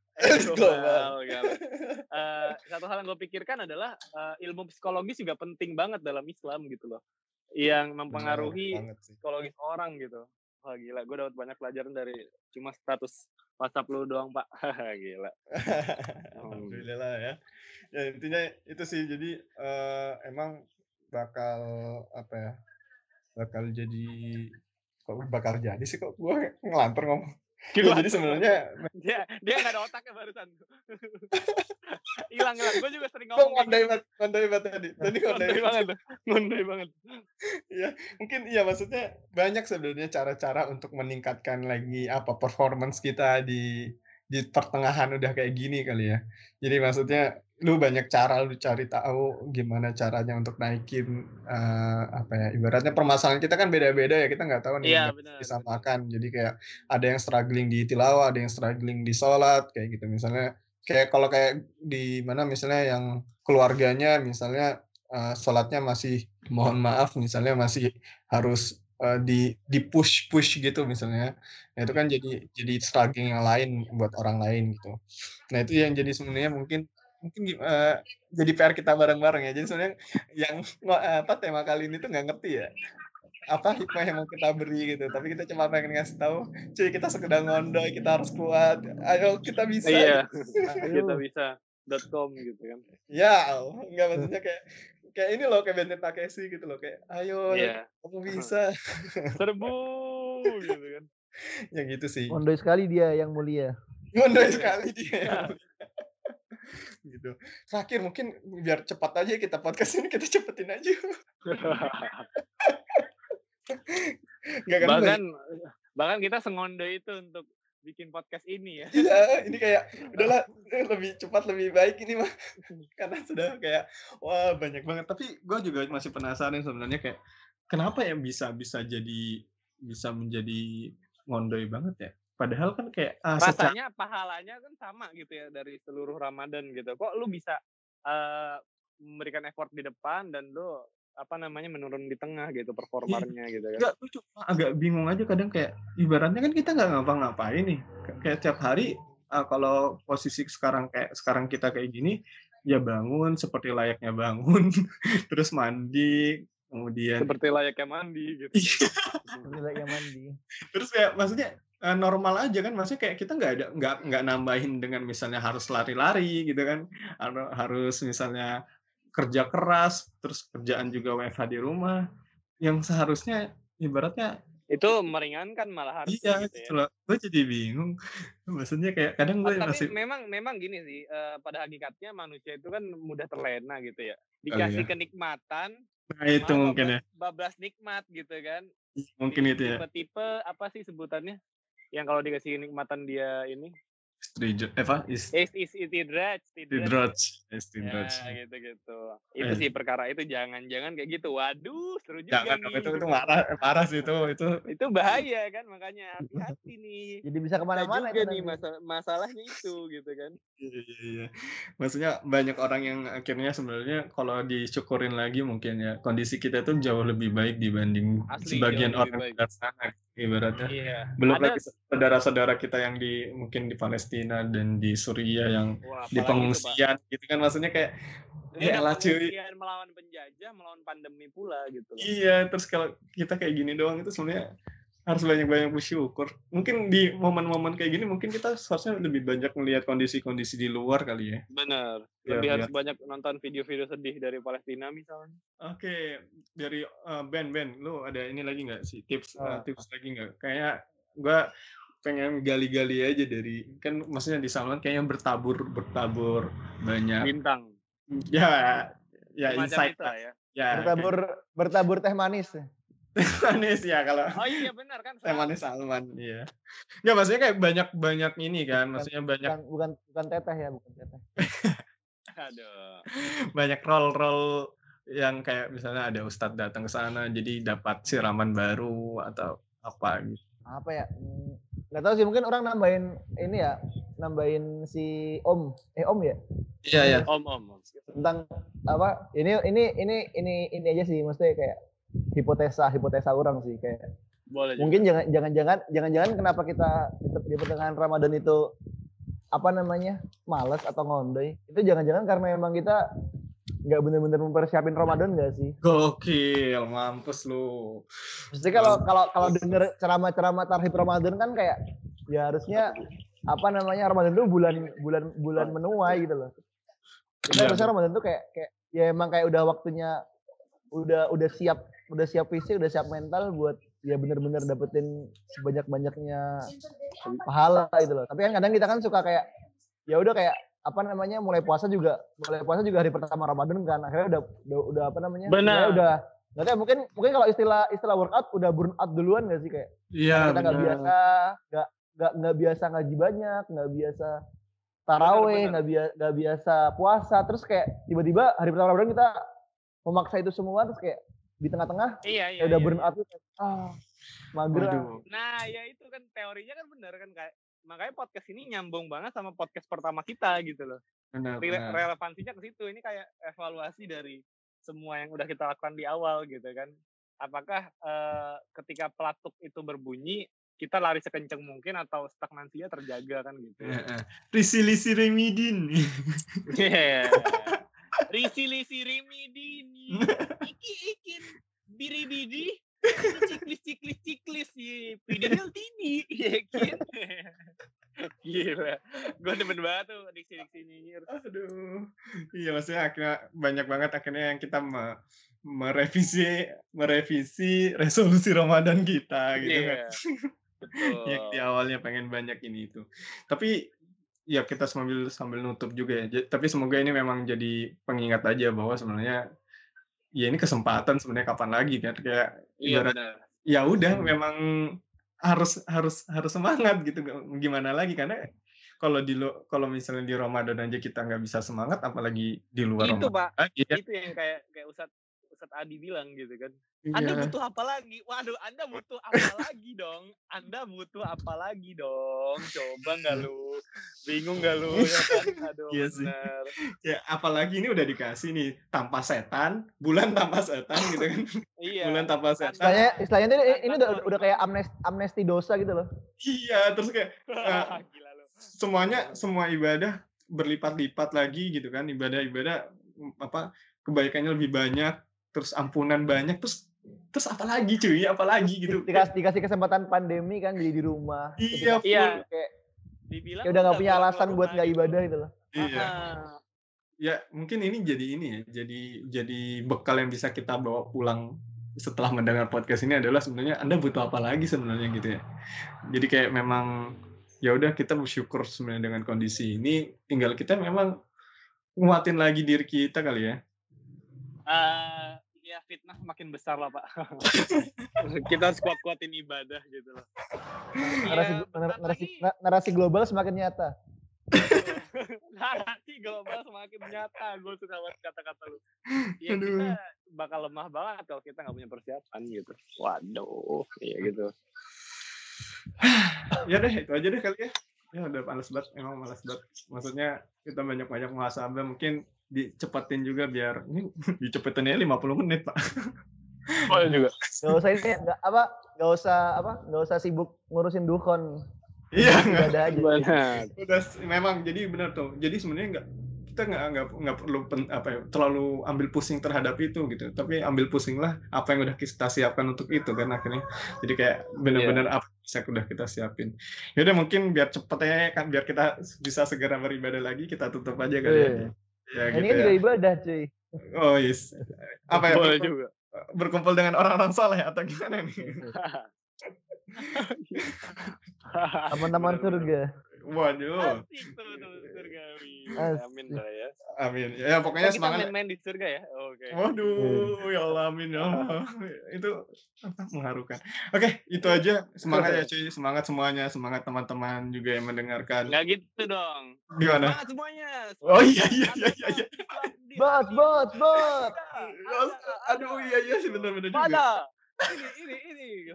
Satu hal yang gue pikirkan adalah ilmu psikologis juga penting banget dalam Islam gitu loh. Yang mempengaruhi psikologis orang gitu. Wah gila, gue dapat banyak pelajaran dari cuma status WhatsApp lu doang, Pak. Gila. Alhamdulillah ya. Ya intinya itu sih. Jadi emang bakal jadi kok bakal jadi sih kok gue ngelantur ngomong. Ya, jadi sebenarnya dia nggak ada otaknya barusan. Hilang. Gue juga sering ngomong. Ngondoi banget tadi. Ngondoi banget. Ya, mungkin iya maksudnya banyak sebenarnya cara-cara untuk meningkatkan lagi performance kita di di pertengahan udah kayak gini kali ya. Jadi maksudnya lu banyak cara lu cari tahu gimana caranya untuk naikin, apa ya, ibaratnya permasalahan kita kan beda-beda ya, kita nggak tahu nih, Iya, nggak benar benar. disamakan. Jadi kayak ada yang struggling di tilawah, ada yang struggling di sholat, kayak gitu. Misalnya kayak kalau kayak di mana misalnya yang keluarganya misalnya, sholatnya masih mohon maaf misalnya masih harus, di-push-push gitu misalnya. Nah itu kan jadi struggling yang lain buat orang lain gitu. Nah itu yang jadi sebenarnya mungkin mungkin jadi PR kita bareng-bareng ya. Jadi sebenarnya yang apa, tema kali ini tuh nggak ngerti ya, apa hikmah yang mau kita beri gitu, tapi kita cuma pengen ngasih tahu, "Cuy kita sekedar ngondoy, kita harus kuat, ayo kita bisa," Iya, gitu. kita Ayo. bisa.com gitu kan. Ya Allah, enggak maksudnya kayak kayak ini loh, kayak Benten Takeshi gitu loh, kayak, "Ayo Iya. kamu bisa." Serbu gitu kan. Ya gitu sih. Mondoi sekali dia yang mulia. Ngondoy Iya. sekali dia yang gitu. Terakhir mungkin biar cepat aja kita podcast ini kita cepetin aja. Enggak kan banyak Bahkan kita sengondo itu untuk bikin podcast ini ya. iya, ini kayak udahlah lebih cepat lebih baik ini mah. Karena sudah kayak wah banyak banget. Tapi gue juga masih penasaran sebenarnya kayak kenapa ya bisa menjadi ngondoy banget ya? Padahal kan kayak secara Rasanya pahalanya kan sama gitu ya dari seluruh Ramadan gitu. Kok lu bisa memberikan effort di depan dan lu menurun di tengah gitu performanya gitu kan. enggak, gue cuma agak bingung aja kadang kayak ibaratnya kan kita nggak ngapa-ngapain nih. Kayak tiap hari kalau posisi sekarang kita kayak gini, ya bangun seperti layaknya bangun, terus mandi, kemudian Seperti layaknya mandi gitu kan. iya, Layaknya mandi. terus kayak maksudnya normal aja kan, maksudnya kayak kita nggak nambahin dengan misalnya harus lari-lari gitu kan, harus misalnya kerja keras, terus kerjaan juga WFH di rumah, yang seharusnya ibaratnya Itu meringankan malah harusnya iya gitu gitu ya. loh, gue jadi bingung. Maksudnya kayak kadang gue Tapi masih memang gini sih, pada hakikatnya manusia itu kan mudah terlena gitu ya. kali ya. Dikasih kenikmatan, Nah itu malah mungkin ya, bablas nikmat gitu kan. mungkin itu ya, Tipe-tipe apa sih sebutannya? Yang kalau dikasih kenikmatan dia ini istidraj. istidraj, Ya istidraj. gitu-gitu. Itu sih perkara itu jangan kayak gitu. Waduh, seru juga Jangan dong, nih. itu marah sih itu. Itu bahaya kan, makanya hati-hati nih. Jadi bisa Kita kemana-mana juga itu nih nanti. masalahnya itu gitu kan. Iya. Maksudnya banyak orang yang akhirnya sebenarnya kalau disyukurin lagi mungkin ya, kondisi kita tuh jauh lebih baik dibanding Asli sebagian jauh lebih orang di baik. luar sana ibaratnya. Iya. Belum Ada lagi saudara-saudara kita yang mungkin di Palestina dan di Suriah yang wah, di apalagi itu, Pak. pengungsian gitu kan, maksudnya kayak Ini udah yaelah cuy. pengungsian melawan penjajah, melawan pandemi pula gitu loh. Iya, terus kalau kita kayak gini doang itu sebenarnya harus banyak-banyak bersyukur. Mungkin di momen-momen kayak gini mungkin kita seharusnya lebih banyak melihat kondisi-kondisi di luar kali ya. Benar. Biar Lebih harus lihat. banyak nonton video-video sedih dari Palestina misalnya. Oke, dari Ben, lu ada ini lagi nggak sih tips lagi nggak? Kayak gua pengen gali-gali aja dari kan maksudnya di Salman kayaknya bertabur banyak Bintang. ya Semacam insight itu lah ya. ya Bertabur teh manis. manis ya kalau Oh iya benar kan. teh manis Salman iya nggak maksudnya kayak banyak ini kan maksudnya banyak Bukan teteh ya, bukan teteh. Aduh. banyak role yang kayak misalnya ada ustadz datang ke sana jadi dapat siraman baru atau apa gitu. Apa ya? Nggak tahu sih, mungkin orang nambahin ini ya, nambahin si Om ya. Iya. Om. Tentang apa? Ini aja sih, maksudnya kayak hipotesa orang sih kayak. Boleh juga. Mungkin jangan kenapa kita di pertengahan Ramadan itu malas atau ngondoy, itu jangan-jangan karena emang kita nggak benar-benar mempersiapin Ramadan nggak sih? Gokil, mampus lu. Maksudnya kalau denger ceramah-ceramah tarhib Ramadan kan kayak ya harusnya Ramadan itu bulan menuai gitu loh. Kita harusnya Ramadan tuh kayak ya emang kayak udah waktunya udah siap fisik, udah siap mental buat ya benar-benar dapetin sebanyak-banyaknya pahala gitu loh. Tapi kan kadang kita kan suka kayak ya udah kayak mulai puasa juga hari pertama Ramadan kan akhirnya udah benar. udah nggak tahu mungkin kalau istilah workout udah burn out duluan nggak sih kayak iya kita nggak biasa nggak biasa ngaji banyak, nggak biasa taraweh, nggak biasa puasa, terus kayak tiba-tiba hari pertama Ramadan kita memaksa itu semua, terus kayak di tengah-tengah udah burn out, mager. Nah ya itu kan teorinya kan benar kan, kayak makanya podcast ini nyambung banget sama podcast pertama kita gitu loh. Benar. Relevansinya ke situ. Ini kayak evaluasi dari semua yang udah kita lakukan di awal gitu kan. Apakah ketika pelatuk itu berbunyi kita lari sekencang mungkin atau stagnansinya terjaga kan gitu. Risi-lisi remidin. Risi-lisi remidin. Ikin biri-bidi. Ciklis Pidil tini. Yakin. Gila. Gue demen banget tuh diksi-diksi nyinyir. Aduh. Iya, maksudnya akhirnya banyak banget akhirnya yang kita merevisi resolusi Ramadan kita gitu kan. Betul. Yang di awalnya pengen banyak ini itu. Tapi ya kita sambil nutup juga ya. Tapi semoga ini memang jadi pengingat aja bahwa sebenarnya ya ini kesempatan sebenarnya kapan lagi kan, kayak ibarat ya udah memang harus semangat gitu, gimana lagi, karena kalau misalnya di Ramadan aja kita nggak bisa semangat, apalagi di luar itu, Ramadan. Pak. Itu yang kayak Ustadz Adi bilang gitu kan. Anda butuh apa lagi? Waduh, Anda butuh apa lagi dong? Coba nggak lu? Bingung nggak lu? Ya kan? Aduh, iya benar. Ya, apalagi ini udah dikasih nih tanpa setan, bulan tanpa setan gitu kan. Iya. Bulan tanpa setan. Istilahnya ini udah kayak amnesti dosa gitu loh. Iya, terus kayak gila lu. semua ibadah berlipat-lipat lagi gitu kan. Ibadah kebaikannya lebih banyak, terus ampunan banyak, terus apalagi cuy, apalagi gitu. Dikasih kesempatan pandemi kan, jadi di rumah. Iya, kayak dibilang kayak udah nggak punya alasan buat nggak ibadah gitu loh. Iya. Ya mungkin ini jadi bekal yang bisa kita bawa pulang setelah mendengar podcast ini adalah sebenarnya Anda butuh apa lagi sebenarnya gitu ya. Jadi kayak memang ya udah kita bersyukur sebenarnya dengan kondisi ini, tinggal kita memang nguatin lagi diri kita kali ya. Ya fitnah makin besar lah Pak. Kita harus kuat-kuatin ibadah gitu loh. Narasi global semakin nyata. Narasi global semakin nyata. Gue suka banget kata-kata lu. Ya kita bakal lemah banget kalau kita nggak punya persiapan gitu. Waduh, iya gitu. Ya deh, itu aja deh kali ya. Ya udah males banget, emang males banget. Maksudnya kita banyak-banyak muhasabah, mungkin dicepetin juga biar ini dicepetinnya 50 menit Pak. Oh juga. Nggak usah sibuk ngurusin dukun. Iya, nggak aja. Udah memang jadi benar tuh. Jadi sebenarnya kita nggak perlu terlalu ambil pusing terhadap itu gitu. Tapi ambil pusinglah apa yang udah kita siapkan untuk itu kan akhirnya. Jadi kayak benar-benar apa yang udah kita siapin. Yaudah mungkin biar cepetnya kan, biar kita bisa segera beribadah lagi, kita tutup aja kali ya. Ya, ini gitu kan juga ibadah cuy. Oh yes. Apa ya? Boleh juga. Berkumpul dengan orang-orang soleh atau gimana nih? Teman-teman surga. Waduh. Asik tuh surgawi. Asik. Amin lah ya. Amin. Ya pokoknya kita semangat. main-main di surga ya. Oke. Waduh, ya Allah, amin ya Allah. Itu mengharukan. Oke, itu aja. Semangat ya cuy, semangat semuanya, semangat teman-teman juga yang mendengarkan. Nggak gitu dong. Gimana? Semangat semuanya. Oh iya. Bot. Aduh iya sih benar-benar juga. Mana? Ini.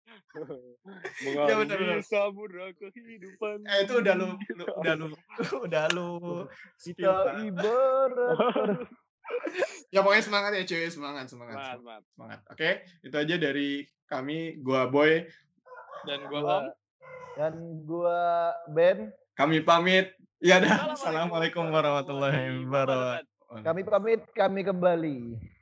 Ya benar. Samudra kehidupan. Itu udah lu. Kita ibarat. Ya pokoknya semangat ya cuy, semangat. Oke, itu aja dari kami, gua Boy dan gua Om dan gua Ben. Kami pamit. Ya dah. Assalamualaikum warahmatullahi wabarakatuh. Kami pamit, kami kembali.